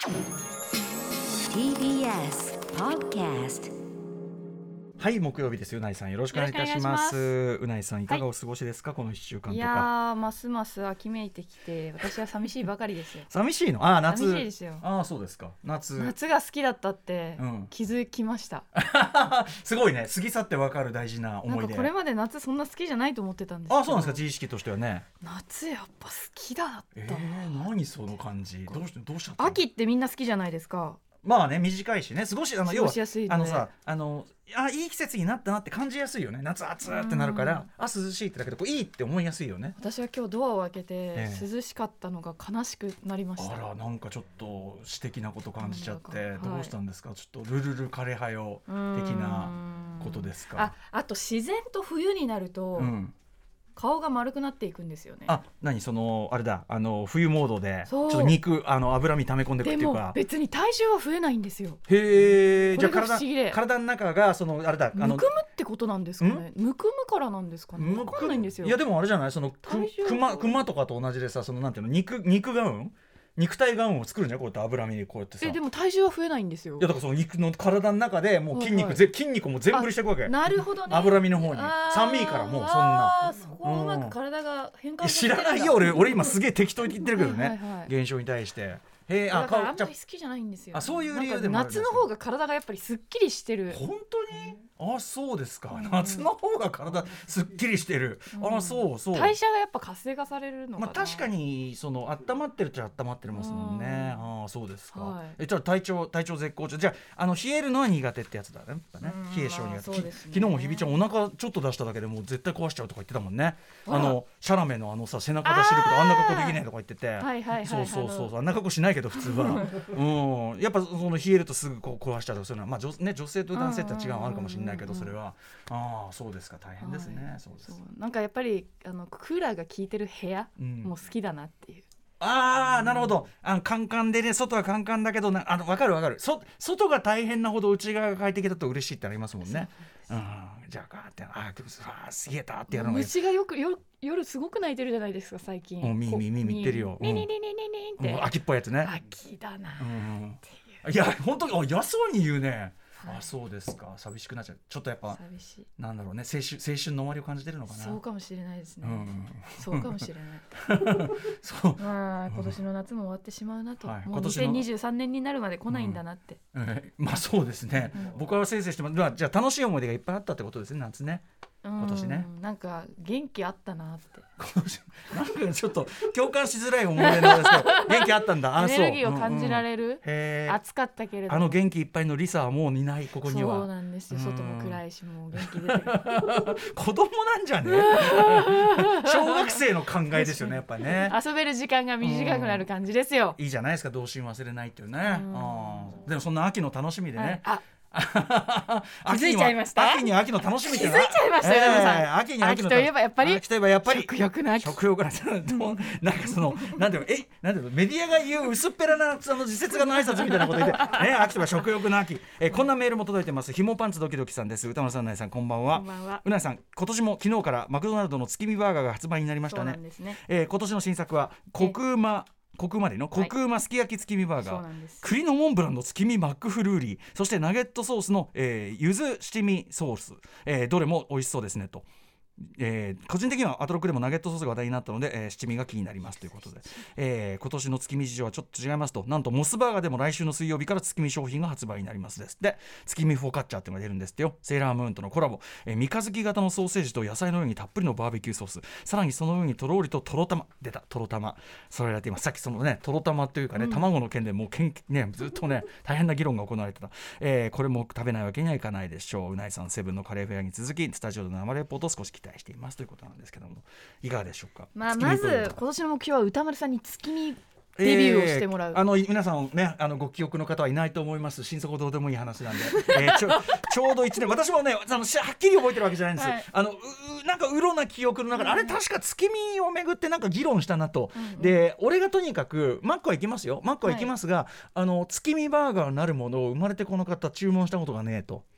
TBS Podcast。 はい、木曜日です。うないさんよろしくお願いいたします。うないさんいかがお過ごしですか、この1週間とか。 いやー、ますます秋めいてきて私は寂しいばかりですよ。 寂しいの？ああ、夏。 寂しいですよ。 ああ、そうですか。夏が好きだったって、 うん気づきました。 すごいね、過ぎ去って分かる大事な思い出。 なんかこれまで夏そんな好きじゃないと思ってたんですけど。 あ、そうなんですか。自意識としてはね。 夏やっぱ好きだったな。 何その感じ。どうしちゃったの？ 秋ってみんな好きじゃないですか。 まあね、短いしね、過ごしやすいので、 いい季節になったなって感じやすいよね。夏暑ってなるから、涼しいってだけどこういいって思いやすいよね。 私は今日ドアを開けて、涼しかったのが悲しくなりました。 あら、なんかちょっと詩的なこと感じちゃって、 はい、 どうしたんですか。ちょっとルルル枯葉よ的なことですか。 あと自然と冬になると、顔が丸くなっていくんですよね。 あ、何そのあれだ、冬モードでちょっと肉脂身溜め込んでいくっていうか。 でも別に体重は増えないんですよ。 へえ。じゃあ体の中がそのあれだ、 むくむってことなんですかね。むくむからなんですかね。分かんないんですよ。 いやでもあれじゃない、その熊とかと同じでさ、そのなんていうの、肉ガウン、肉体ガウンを作るんじゃん、こうやって脂身にこうやってさ。 でも体重は増えないんですよ。 いやだからその肉の体の中でもう筋肉も全振りしていくわけ。 なるほどね。 脂身の方に酸味からもうそんな。 そこをうまく体が変化して知らないよ俺今すげえ適当に言ってるけどね、現象に対して。 だからあんまり好きじゃないんですよ。 そういう理由でもあるんですよ。 夏の方が体がやっぱりすっきりしてる。 本当に？あ、そうですか。夏の方が体すっきりしてる。あ、そう。 代謝がやっぱ活性化されるのかな。 確かにその温まってるっちゃ温まってますもんね。あ、そうですか。じゃあ体調絶好調。じゃあ冷えるのは苦手ってやつだね。やっぱね、冷え性苦手。昨日もひびちゃんお腹ちょっと出しただけでもう絶対壊しちゃうとか言ってたもんね。シャラメのさ背中出してるけどあんな格好できねえとか言ってて。そうあんな格好しないけど普通は。やっぱその冷えるとすぐこう壊しちゃうとかそういうのは、女性と男性って違うのあるかもしれないけど、それはそうですか。大変ですね。そうです。 なんかやっぱりクーラーが効いてる部屋も好きだなっていう。 なるほど。カンカンでね、外はカンカンだけど分かる。外が大変なほど内側が快適だと嬉しいってありますもんね。じゃあガーってすげえたってやるのがいい。 虫が夜すごく鳴いてるじゃないですか最近。 ミー言ってるよ。 って秋っぽいやつね。 秋だなっていう。 いや本当に嫌そうに言うね。そうですか。寂しくなっちゃう。ちょっとやっぱなんだろうね、青春の終わりを感じてるのかな。 そうかもしれないですね。そうかもしれないそう今年の夏も終わってしまうなと、もう2023年になるまで来ないんだなって。 そうですね。僕はせいせいしてます。じゃあ楽しい思い出がいっぱいあったってことですね、夏ね。今年ね。 なんか元気あったなって。 なんかちょっと共感しづらい思い出なんですけど元気あったんだ。 エネルギーを感じられる。暑かったけれども元気いっぱいのリサはもういない。ここにはそうなんですよ。外も暗いしもう元気出てる子供なんじゃね小学生の考えですよね、やっぱりね。 遊べる時間が短くなる感じですよ。 いいじゃないですか、童心忘れないっていうね。でもそんな秋の楽しみでね、 気づいちゃいました。 秋に秋の楽しみって気づいちゃいましたよ、皆さん。秋といえばやっぱり食欲の秋。 食欲の秋。なんかそのなんていうのメディアが言う薄っぺらなその時節がの挨拶みたいなこと言って秋といえば食欲の秋。こんなメールも届いてます。ひもパンツドキドキさんです。歌丸さん、うなえさん、こんばんは。うなえさん、今年も昨日からマクドナルドの月見バーガーが発売になりましたね。 そうなんですね。 今年の新作はコクうますき焼き月見バーガー、栗のモンブランの月見マックフルーリー、そしてナゲットソースの、柚子七味ソース、どれも美味しそうですねと。個人的にはアトロックでもナゲットソースが話題になったので、七味が気になりますということで、今年の月見事情はちょっと違いますと。なんとモスバーガーでも来週の水曜日から月見商品が発売になりますです。で、月見フォーカッチャーっていうのが出るんですってよ。セーラームーンとのコラボ、三日月型のソーセージと野菜の上にたっぷりのバーベキューソース、さらにその上にとろりととろ玉、出たとろ玉、それやって今さっきそのねとろ玉というかね、卵の件でもうずっとね大変な議論が行われてた、これも食べないわけにはいかないでしょう。うないさん、セブンのカレーフェアに続きスタジオでの生レポートを少し期待していますということなんですけども、いかがでしょうか。 まず今年の目標は歌丸さんに月見デビューをしてもらう。 皆さんね、ご記憶の方はいないと思います。心底どうでもいい話なんで、ちょうど1年、私もねはっきり覚えてるわけじゃないんです、なんかうろな記憶の中で、あれ確か月見をめぐってなんか議論したなと、で俺がとにかくマックは行きますよ、マックは行きますが、月見バーガーなるものを生まれてこの方注文したことがねえと。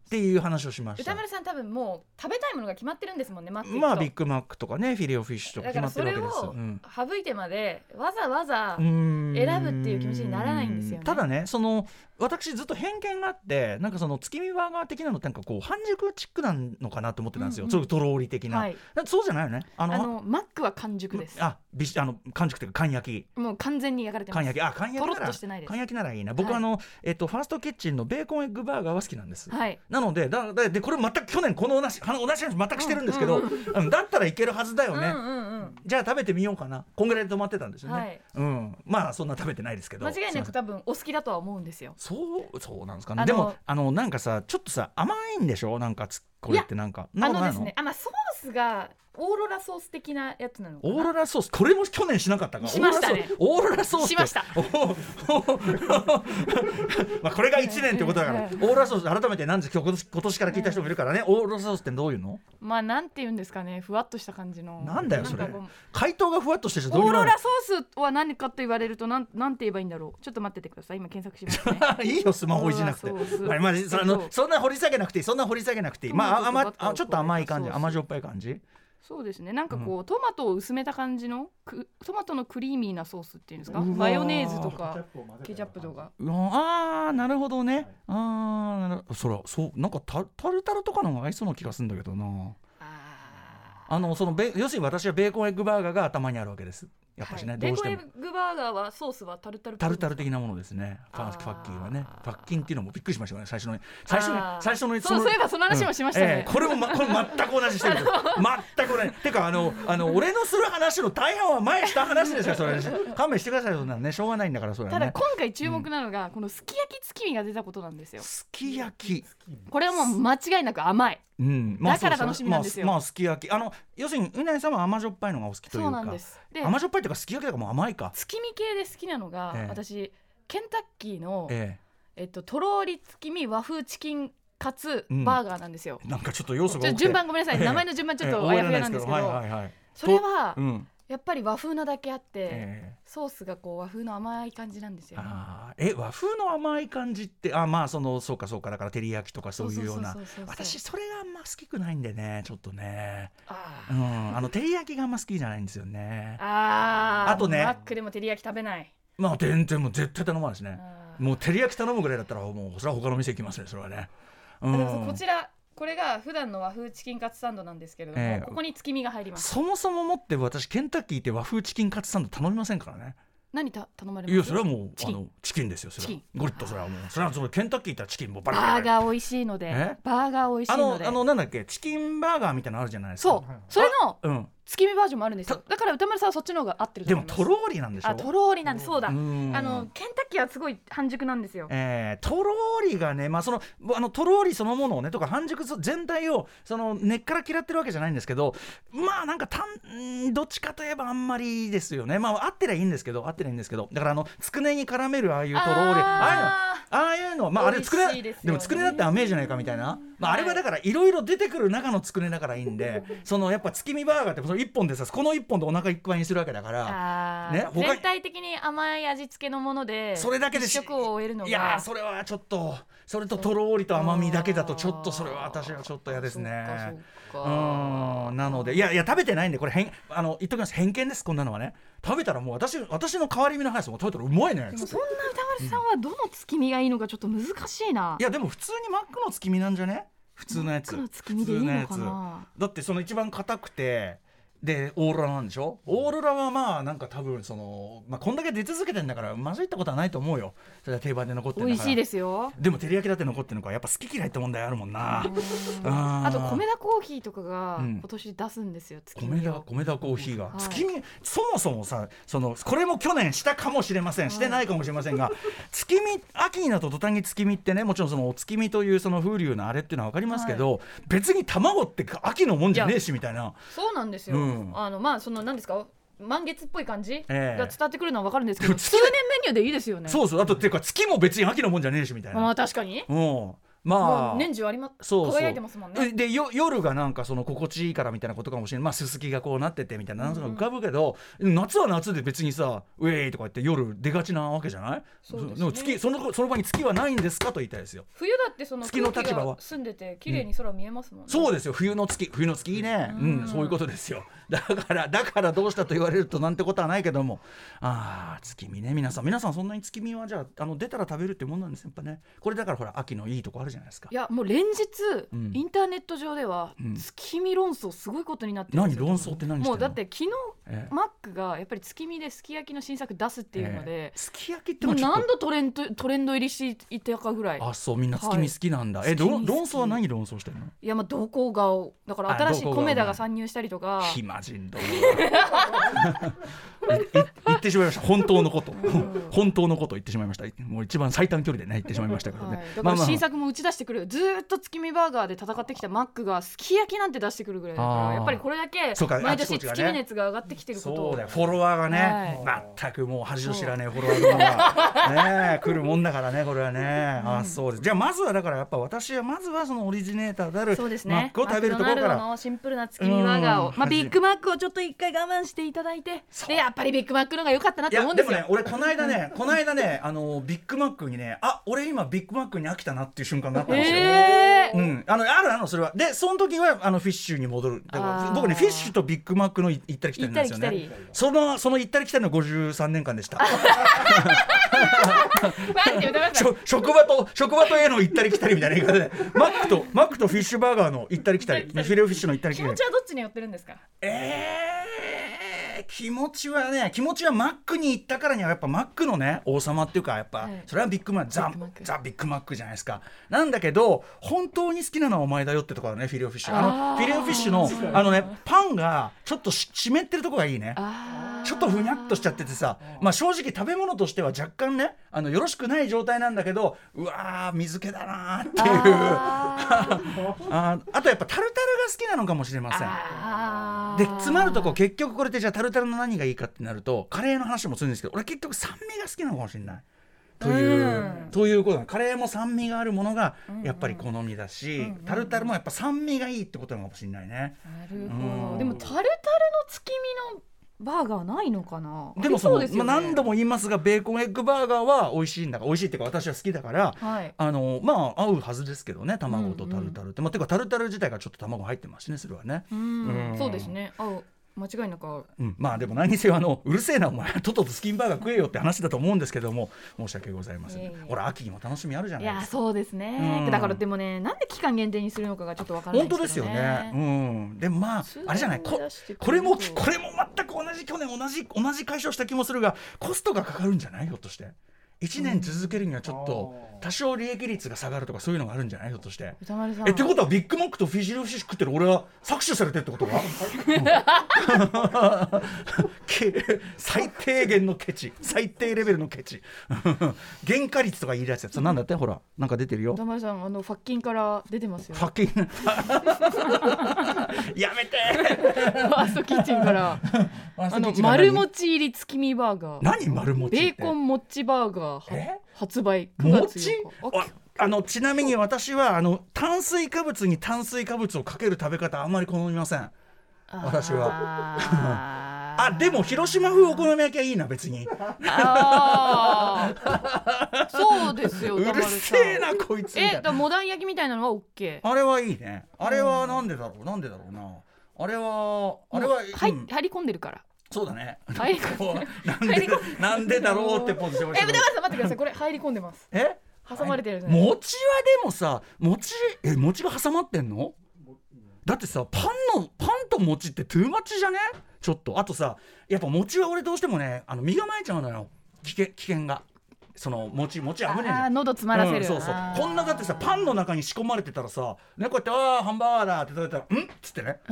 っていう話をしました。 歌丸さん多分もう食べたいものが決まってるんですもんね。 まあビッグマックとかね、フィレオフィッシュとか決まってるわけです。 だからそれを省いてまでわざわざ選ぶっていう気持ちにならないんですよね。 ただね、私ずっと偏見があって、なんかその月見バーガー的なのってなんかこう半熟チックなのかなと思ってたんですよ。そういうとろーり的な、そうじゃないよね。 マックは完熟です。 完熟っていうか缶焼き、 もう完全に焼かれてます。 缶焼きなら缶焼きならいいな。僕ファーストキッチンのベーコンエッグバーガーは好きなんです。なのででこれ全く去年この同じ話全くしてるんですけど、だったらいけるはずだよね。じゃあ食べてみようかな。こんぐらいで止まってたんですよね。まあそんな食べてないですけど、 間違いなく多分お好きだとは思うんですよ。 そうなんですかね。でもなんかさ、ちょっとさ甘いんでしょ、なんかこれってなんかですね、ソースがオーロラソース的なやつなのかな。 オーロラソース、これも去年しなかったか。 しましたね。 オーロラソースしました。 まあこれが1年ってことだから、オーロラソース改めてなんで今年から聞いた人もいるからね、オーロラソースってどういうの？ まあなんて言うんですかね、ふわっとした感じの。 なんだよそれ。回答がふわっとしてる。 オーロラソースは何かと言われるとなんて言えばいいんだろう。ちょっと待っててください。今検索しますね。 いいよ、スマホいじなくて。そんな掘り下げなくていい。まあちょっと甘い感じ、甘じょっぱい感じ。 そうですね、なんかこう、トマトを薄めた感じのトマトのクリーミーなソースっていうんですか、マヨネーズとかケチャップとか。 なるほどね。そうなんかタルタルとかの方が合いそうな気がするんだけどな。要するに私はベーコンエッグバーガーが頭にあるわけです。やっぱしね、 ベーコンエッグバーガーはソースはタルタル的なものですね。ファッキーはね、ファッキンっていうのもびっくりしましたよね、最初のそういえばその話もしましたね。 これ全く同じしてる。全く同じ。てか俺のする話の大半は前した話ですよ。それ勘弁してくださいよ。そんなね、しょうがないんだからそれはね。 ただ今回注目なのが、このすき焼き月見が出たことなんですよ。 すき焼き、 これはもう間違いなく甘い。だから楽しみなんですよ。 まあすき焼き、要するにうなぎさんは甘じょっぱいのがお好きというか。 そうなんです。で、 甘じょっぱいというかすき焼きだからもう甘いか。 月見系で好きなのが、私ケンタッキーのとろーり月見和風チキンカツバーガーなんですよ。 なんかちょっと要素が多くて、 順番ごめんなさい、名前の順番ちょっとあやふやなんですけど、それはやっぱり和風なだけあって、ソースがこう和風の甘い感じなんですよね。 和風の甘い感じって、そうかだから照り焼きとかそういうような。私それがあんま好きくないんでね、ちょっとね。照り焼きがあんま好きじゃないんですよね。あとね、 マックでも照り焼き食べない。 全然もう絶対頼まないですね。もう照り焼き頼むぐらいだったらもうそれは他の店行きますね、それはね。 これが普段の和風チキンカツサンドなんですけれども、ここに月見が入ります。 そもそももって私ケンタッキーって和風チキンカツサンド頼みませんからね。 何頼まれます？ いやそれはもうチキンですよ。それはゴリッと、それはもうケンタッキー行ったらチキンもバラバラ。 バーガー美味しいので、 なんだっけ、チキンバーガーみたいなのあるじゃないですか。 それの月見バージョンもあるんですよ。だから歌丸さんはそっちの方が合ってると思います。 でもとろーりなんでしょ。 とろーりなんで、そうだ。ケンタッキーはすごい半熟なんですよ。 とろーりがね、とろーりそのものをねとか半熟全体を根っから嫌ってるわけじゃないんですけど、なんかどっちかといえばあんまりですよね。合ってりゃいいんですけど、だからつくねに絡めるああいうとろーり、ああいうのあれつくねでもつくねだって甘いじゃないかみたいな。あれはだからいろいろ出てくる中のつくねだからいいんで、やっぱ月見バーガーってその1本でさ、この1本でお腹いっぱいにするわけだからね。 全体的に甘い味付けのものでそれだけで食を終えるのが、 いやそれはちょっと、それととろーりと甘みだけだとちょっとそれは私はちょっと嫌ですね。なのでいや食べてないんで、これ言っときます、偏見です。こんなのはね、食べたらもう私の代わり身の話も食べたらうまいね。 でもそんな歌丸さんはどの月見がいいのかちょっと難しいな。 いやでも普通にマックの月見なんじゃね、普通のやつ。 マックの月見でいいのかな。 だってその一番硬くてでオーロラなんでしょ。オーロラはなんか多分こんだけ出続けてんだからまずいってことはないと思うよ。それは定番で残ってるんだから。 美味しいですよ。 でも照り焼きだって残ってるのか、やっぱ好き嫌いって問題あるもんな。 あと米田コーヒーとかが今年出すんですよ、月見を。 米田コーヒーが、月見、そもそもさこれも去年したかもしれません、してないかもしれませんが、月見秋になると途端に月見ってね、もちろんお月見という風流なあれっていうのは分かりますけど、別に卵って秋のもんじゃねえしみたいな。 そうなんですよ。何ですか、満月っぽい感じが伝わってくるのは分かるんですけど、通年メニューでいいですよね。 そうあとっていうか月も別に秋のもんじゃねえしみたいな。 確かに。 まあ年中あります。 そう輝いてますもんね。 で夜がなんかその心地いいからみたいなことかもしれない。まあすすきがこうなっててみたいななんとか浮かぶけど、夏は夏で別にさウェイとか言って夜出がちなわけじゃない。 そうですね。 でも月その場に月はないんですかと言いたいですよ。 冬だってその月の立場は住んでて綺麗に空見えますもんね。 そうですよ。冬の月いいね。そういうことですよ。だからどうしたと言われるとなんてことはないけども、月見ね。皆さんそんなに月見はじゃあ出たら食べるってもんなんですよやっぱね。これだからほら秋のいいとこあるじゃないですか。 いやもう連日、インターネット上では、月見論争すごいことになってるんですよ。 何論争って何してんの。 もうだって昨日、マックがやっぱり月見ですき焼きの新作出すっていうので、 すき焼きってもう何度トレンド入りしていたかぐらい。 そうみんな月見好きなんだ。論争は何論争してるの。いやまあどこがだから新しい米田が参入したりとか。 暇人道言ってしまいました。本当のこと言ってしまいました。もう一番最短距離でね言ってしまいましたからね。 だから新作も打ち出してくる。ずっと月見バーガーで戦ってきたマックがすき焼きなんて出してくるぐらいだから、やっぱりこれだけ毎年月見熱が上がってきてることを。 そうだよ。フォロワーがね、全くもう恥を知らねえフォロワーがね来るもんだからねこれはね。そうです。じゃあまずはだからやっぱ私はまずはそのオリジネーターであるマックを食べるところから。マクドナルドのシンプルな月見バーガーを、ビッグマックをちょっと一回我慢していただいて、でやっぱりビッグマックのが良かったなって思うんですよ。でもね俺この間ねビッグマックにね俺今ビッグマックに飽きたなっていう瞬間があったんですよ。あるそれは。でその時はフィッシュに戻る。だから僕ねフィッシュとビッグマックの行ったり来たりなんですよね。その行ったり来たりの53年間でした。職場とへの行ったり来たりみたいな言い方でマックとフィッシュバーガーの行ったり来たりフィレオフィッシュの行ったり来たり。 気持ちはどっちに寄ってるんですか。 気持ちはマックに行ったからにはやっぱマックのね王様っていうかやっぱそれはビッグマックザ・ビッグマックじゃないですか。なんだけど本当に好きなのはお前だよってところだね。フィレオフィッシュフィレオフィッシュのパンがちょっと湿ってるところがいいね。ちょっとふにゃっとしちゃっててさ、正直食べ物としては若干ねよろしくない状態なんだけど、うわー水気だなっていうあとやっぱタルタルが好きなのかもしれません。で詰まるとこ結局これってじゃあタルタルの何がいいかってなるとカレーの話もするんですけど、俺結局酸味が好きなのかもしれないということ。カレーも酸味があるものがやっぱり好みだし、タルタルもやっぱ酸味がいいってことなのかもしれないね。 なるほど。でもタルタルの月見のバーガーないのかな。 でも何度も言いますがベーコンエッグバーガーは美味しいんだから、美味しいっていうか私は好きだから、合うはずですけどね卵とタルタルって。てかタルタル自体がちょっと卵入ってますしねそれはね。 そうですね。合う間違いなく。 でも何にせようるせえなお前とスキンバーガー食えよって話だと思うんですけども、申し訳ございません。ほら秋にも楽しみあるじゃないですか。 いやそうですね。だからでもねなんで期間限定にするのかがちょっと分からないですけどね。 本当ですよね。でもあれじゃない、これも全く去年同じ解消した気もするが、コストがかかるんじゃないひょっとして1年続けるにはちょっと多少利益率が下がるとかそういうのがあるんじゃないひょっとして。ってことはビッグマックとフィジルフィッシュ食ってる俺は搾取されてるってことか最低限のケチ、最低レベルのケチ原価率とか言い出すやつなんだって。ほらなんか出てるよ。 歌丸さんファッキンから出てますよ。 ファッキンやめてファーストキッチンから丸餅入り月見バーガー。 何丸餅って。 ベーコンもっちバーガー発売9月 8日。ちなみに私は炭水化物に炭水化物をかける食べ方あんまり好みません私は。でも広島風お好み焼きはいいな別に。 そうですよ。 うるせえなこいつみたいな。 モダン焼きみたいなのは OK。 あれはいいね。あれはなんでだろうな。あれは入り込んでるから。 そうだね。 なんでだろうってポジション。 待ってください。これ入り込んでます。挟まれてるじゃない。 餅はでもさ餅が挟まってんの。だってさパンと餅ってトゥーマッチじゃねちょっと。あとさやっぱ餅は俺どうしてもね身構えちゃうのよ。危険がその餅危ねえじゃん。 喉詰まらせる。 そうこんなだってさパンの中に仕込まれてたらさねこうやってハンバーガーだって食べたらっつってね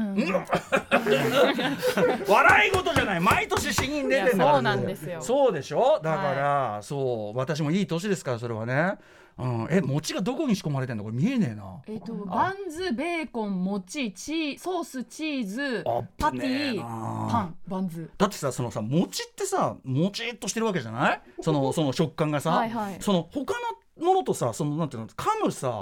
笑い事じゃない。毎年死人出てんだから。 そうなんですよ。 そうでしょ。だから私もいい年ですからそれはね。餅がどこに仕込まれてんのこれ見えねえな。 バンズベーコン餅ソースチーズパティパンバンズ。 だってさ餅ってさもちっとしてるわけじゃないその食感がさ、その他のものとさなんていうの噛むさ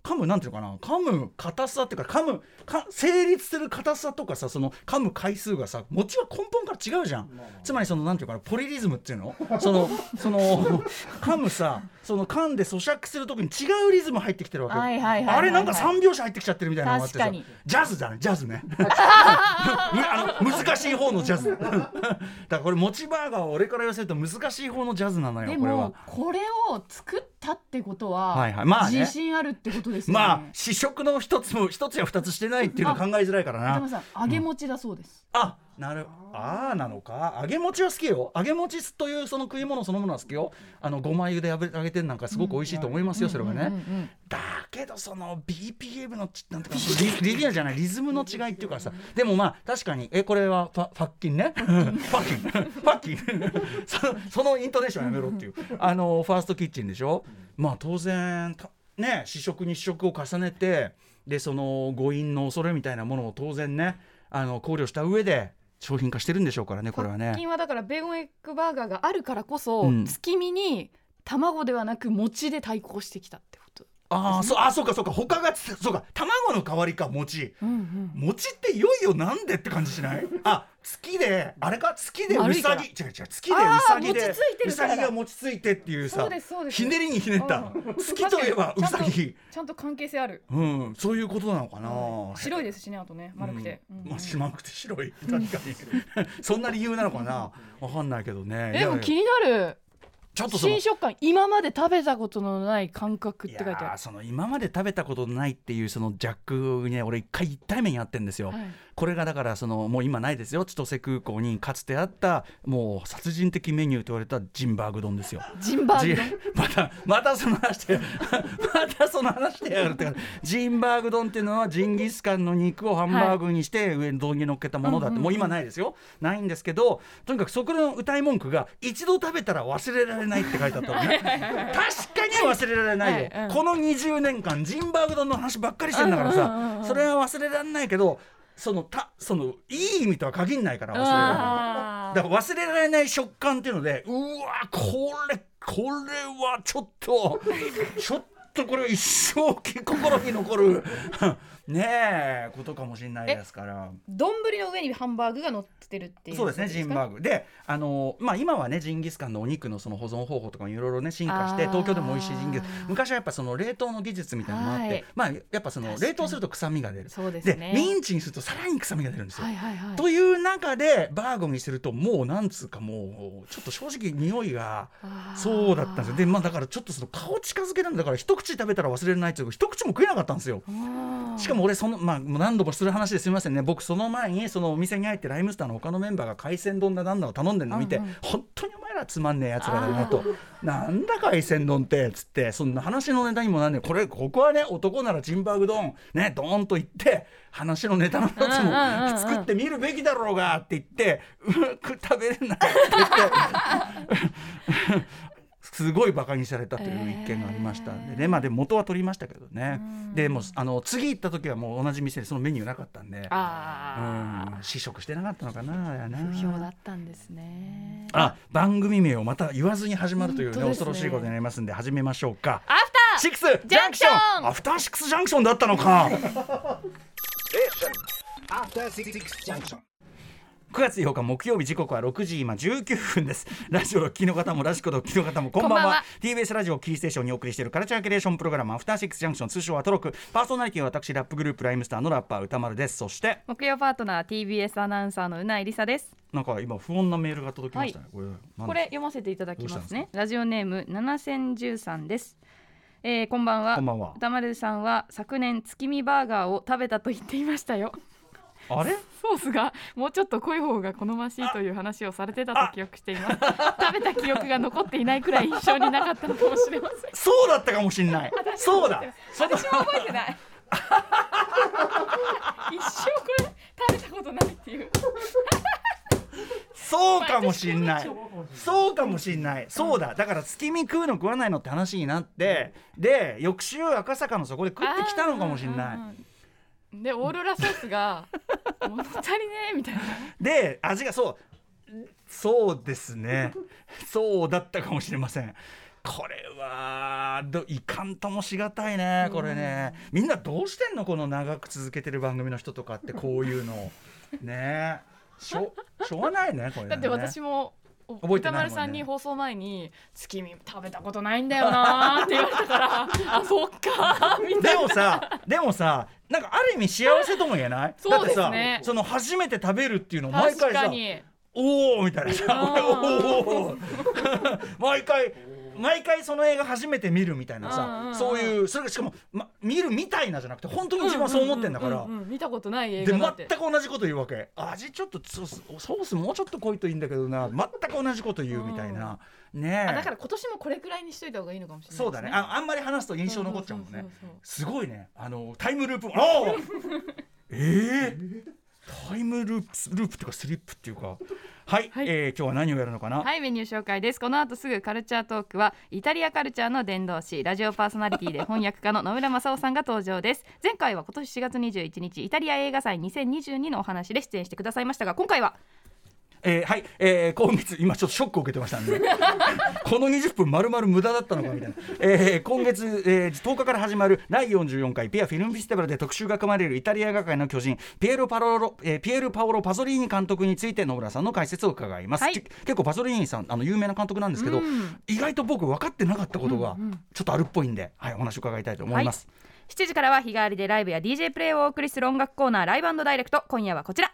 なんていうのかな、噛む硬さっていうか成立する硬さとかさ、その噛む回数がさ餅は根本から違うじゃん。つまりそのなんていうかな、ポリリズムっていうのその噛むさ、その噛んで咀嚼する時に違うリズム入ってきてるわけよ、あれなんか3拍子入ってきちゃってるみたいなのがあってさ、ジャズだね、ジャズね難しい方のジャズだからこれ餅バーガーは俺から言わせると難しい方のジャズなのよ。 でもこれを作ったってことは、 まあね、 自信あるってことですよね。 まあ試食の一つや二つしてないっていうのは考えづらいからな。 でもさ、揚げ餅だそうです、 なのか。揚げ餅は好きよ。揚げ餅というその食い物そのものは好きよ。ごま油で揚げてるなんかすごく美味しいと思いますよ、それはね。だけどその BPM のなんていうかリズムリズムの違いっていうかさ、でもまあ確かにこれはファッキンねファッキンそのイントネーションやめろっていうファーストキッチンでしょ。まあ当然ね、試食に試食を重ねて、でその誤飲の恐れみたいなものを当然ね考慮した上で商品化してるんでしょうからね、これはね。 ファッキンはだからベーコンエッグバーガーがあるからこそ、月見に卵ではなく餅で対抗してきたってこと。 そうか他がそうか、卵の代わりか餅、餅っていよいよなんでって感じしない？月であれか、月でうさぎ、違う月でうさぎでうさぎが餅ついてっていうさ、ひねりにひねった、月といえばうさぎ、 ちゃんと関係性ある、 そういうことなのかな。 白いですしね、あとね、丸くて、 丸くて白い、確かにそんな理由なのかな、わかんないけどね。 でも気になる、 ちょっと新食感、今まで食べたことのない感覚って書いてある。 その今まで食べたことのないっていうそのジャックにね、俺一回対面やってんですよ、これがだからもう今ないですよ、千歳空港にかつてあったもう殺人的メニューと言われたジンバーグ丼ですよ。 ジンバーグ丼またその話でやるってか、ジンバーグ丼っていうのはジンギスカンの肉をハンバーグにして上に丼に乗っけたものだって、もう今ないですよ、ないんですけど、とにかくそこの歌い文句が一度食べたら忘れられないって書いてあったのね確かに忘れられないよ、この20年間ジンバーグ丼の話ばっかりしてんだからさ、それは忘れられないけど、そのいい意味とは限んないから忘れられない。だから忘れられない食感っていうので、うわこれはちょっとこれ一生心に残るねえことかもしれないですから。 丼の上にハンバーグが乗ってるっていう。 そうですね、ジンバーグで今はねジンギスカンのお肉のその保存方法とかもいろいろね進化して、東京でも美味しいジンギスカン、昔はやっぱその冷凍の技術みたいなのもあって、やっぱその冷凍すると臭みが出る。 そうですね。 でミンチにするとさらに臭みが出るんですよ、という中でバーグにするともうなんつうか、もうちょっと正直匂いがそうだったんですよ。でだからちょっとその顔近づけなんだから、一口食べたら忘れないっていうか、一口も食えなかったんですよ。しかも俺もう何度もする話ですみませんね、僕その前にそのお店に入ってライムスターの他のメンバーが海鮮丼だなんだを頼んでるのを見て、本当にお前らつまんねえやつらだなと、なんだ海鮮丼ってつって、そんな話のネタにもなんねえ、ここはね男ならジンバーグ丼ねドーンと言って話のネタの一つも作ってみるべきだろうがって言ってうまく食べれないって言ってすごいバカにされたという一件がありましたんでね、でも元は取りましたけどね。でも次行った時はもう同じ店でそのメニューなかったんで、試食してなかったのかな。 不評だったんですね。 番組名をまた言わずに始まるというね、恐ろしいことになりますんで始めましょうか。 アフターシックスジャンクション、アフターシックスジャンクションだったのか9月8日木曜日、時刻は6時今19分です。ラジオを聴きの方もラジコでお聴きの方もこんばんは。 TBS ラジオキーステーションにお送りしているカルチャーキュレーションプログラム、アフターシックスジャンクション、通称はトロク。パーソナリティは私ラップグループライムスターのラッパー歌丸です。そして木曜パートナー TBS アナウンサーのうないりさです。 なんか今不穏なメールが届きましたね、 これ読ませていただきますね。ラジオネーム7013です。こんばんは。 こんばんは。 歌丸さんは昨年月見バーガーを食べたと言っていましたよ。 あれソースがもうちょっと濃い方が好ましいという話をされてたと記憶しています。食べた記憶が残っていないくらい印象になかったのかもしれません。 そうだったかもしれない。そうだ、 私も覚えてない一生これ食べたことないっていうそうかもしんない、そうかもしんない、そうだ、だから月見食うの食わないのって話になって、で翌週赤坂のそこで食ってきたのかもしんない。 でオーロラソースが物足りねえみたいなで味がそうですねそうだったかもしれません。これはいかんともしがたいねこれね。みんなどうしてんのこの長く続けてる番組の人とかってこういうのねしょうがないねこれね。 だって私も歌丸さんに放送前に月見食べたことないんだよなって言われたからあそっかみたいな。 でもさなんかある意味幸せとも言えない？ そうですね。 だってさその初めて食べるっていうのを毎回さおーみたいなさお毎回その映画初めて見るみたいなさ、そういうそれがしかも、見るみたいなじゃなくて本当に自分はそう思ってんだから見たことない映画だってで全く同じこと言うわけ。味ちょっとソースもうちょっと濃いといいんだけどな全く同じこと言うみたいな、ねえ。 だから今年もこれくらいにしといた方がいいのかもしれないですね。 そうだね。あんまり話すと印象残っちゃうもんね。すごいねタイムループタイムループっていうかスリップっていうかはい、今日は何をやるのかな。 はい、メニュー紹介です。この後すぐカルチャートークはイタリアカルチャーの伝道師ラジオパーソナリティで翻訳家の野村正夫さんが登場です。前回は今年4月21日イタリア映画祭2022のお話で出演してくださいましたが、今回ははい、今月今ちょっとショックを受けてましたんでこの20分丸々無駄だったのかみたいな、今月、10日から始まる第44回ピアフィルムフェスティバルで特集が組まれるイタリア映画界の巨人ピエール・パオロ・パゾリーニ監督について野村さんの解説を伺います、結構パゾリーニさん有名な監督なんですけど、意外と僕分かってなかったことがちょっとあるっぽいんで、お話を伺いたいと思います、 7時からは日替わりでライブや DJ プレイをお送りする音楽コーナーライブ&ダイレクト。今夜はこちら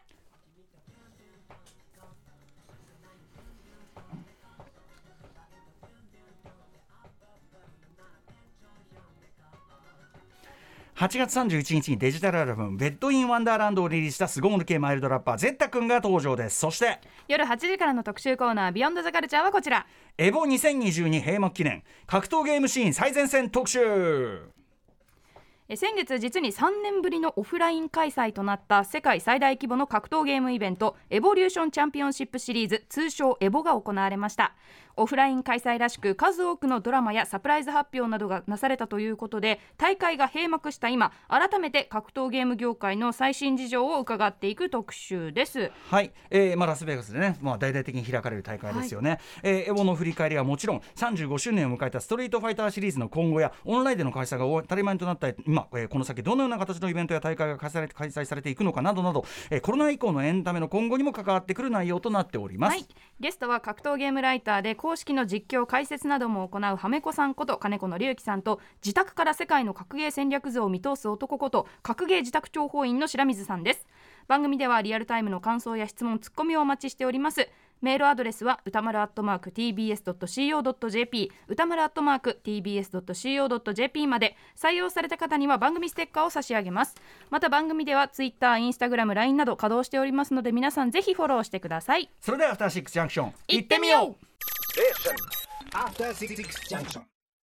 8月31日にデジタルアルバムベッドインワンダーランドをリリースした凄腕系マイルドラッパーゼッタ君が登場です。そして夜8時からの特集コーナービヨンドザカルチャーはこちらエボ2022閉幕記念格闘ゲームシーン最前線特集。 先月実に3年ぶりのオフライン開催となった世界最大規模の格闘ゲームイベントエボリューションチャンピオンシップシリーズ通称エボが行われました。オフライン開催らしく数多くのドラマやサプライズ発表などがなされたということで、大会が閉幕した今改めて格闘ゲーム業界の最新事情を伺っていく特集です。 はい、ラスベガスでね、大々的に開かれる大会ですよね、エボの振り返りはもちろん35周年を迎えたストリートファイターシリーズの今後やオンラインでの開催が当たり前となった今、この先どのような形のイベントや大会が開催されていくのかなどなど、コロナ以降のエンタメの今後にも関わってくる内容となっております、 ゲストは格闘ゲームライターで公式の実況解説なども行うはめこさんこと金子紀之さんと、自宅から世界の格ゲー戦略図を見通す男こと格ゲー自宅諜報員の白水さんです。番組ではリアルタイムの感想や質問ツッコミをお待ちしております。メールアドレスは歌丸@tbs.co.jp 歌丸@tbs.co.jp まで。採用された方には番組ステッカーを差し上げます。また番組では Twitter、Instagram、LINE など稼働しておりますので、皆さんぜひフォローしてください。 それではアフターシックスジャンクション行ってみよう。 After Six Junction。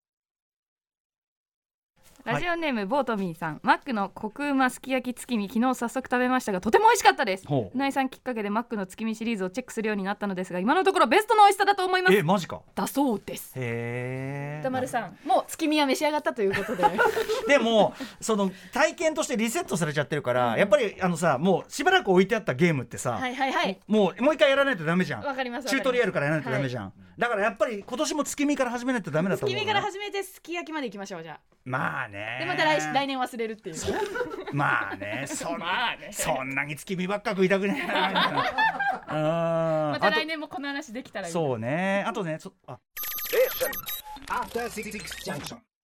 ラジオネームボートミーさん、マックのコクうますき焼き月見昨日早速食べましたがとても美味しかったです。船井さんきっかけでマックの月見シリーズをチェックするようになったのですが、今のところベストの美味しさだと思います。 マジか。 だそうです。歌丸さんもう月見は召し上がったということででもその体験としてリセットされちゃってるから、やっぱりもうしばらく置いてあったゲームってさ、もう一回やらないとダメじゃん。 わかります。 チュートリアルからやらないとダメじゃん、だからやっぱり今年も月見から始めないとダメだと思う。 月見から始めてすき焼きまで行きましょう。じゃあまあね。 でまた来年忘れるっていうまあねそんなに月見ばっか食いたくねえなみたいなまた来年もこの話できたらいい。 そうね。あとね After Six Junction。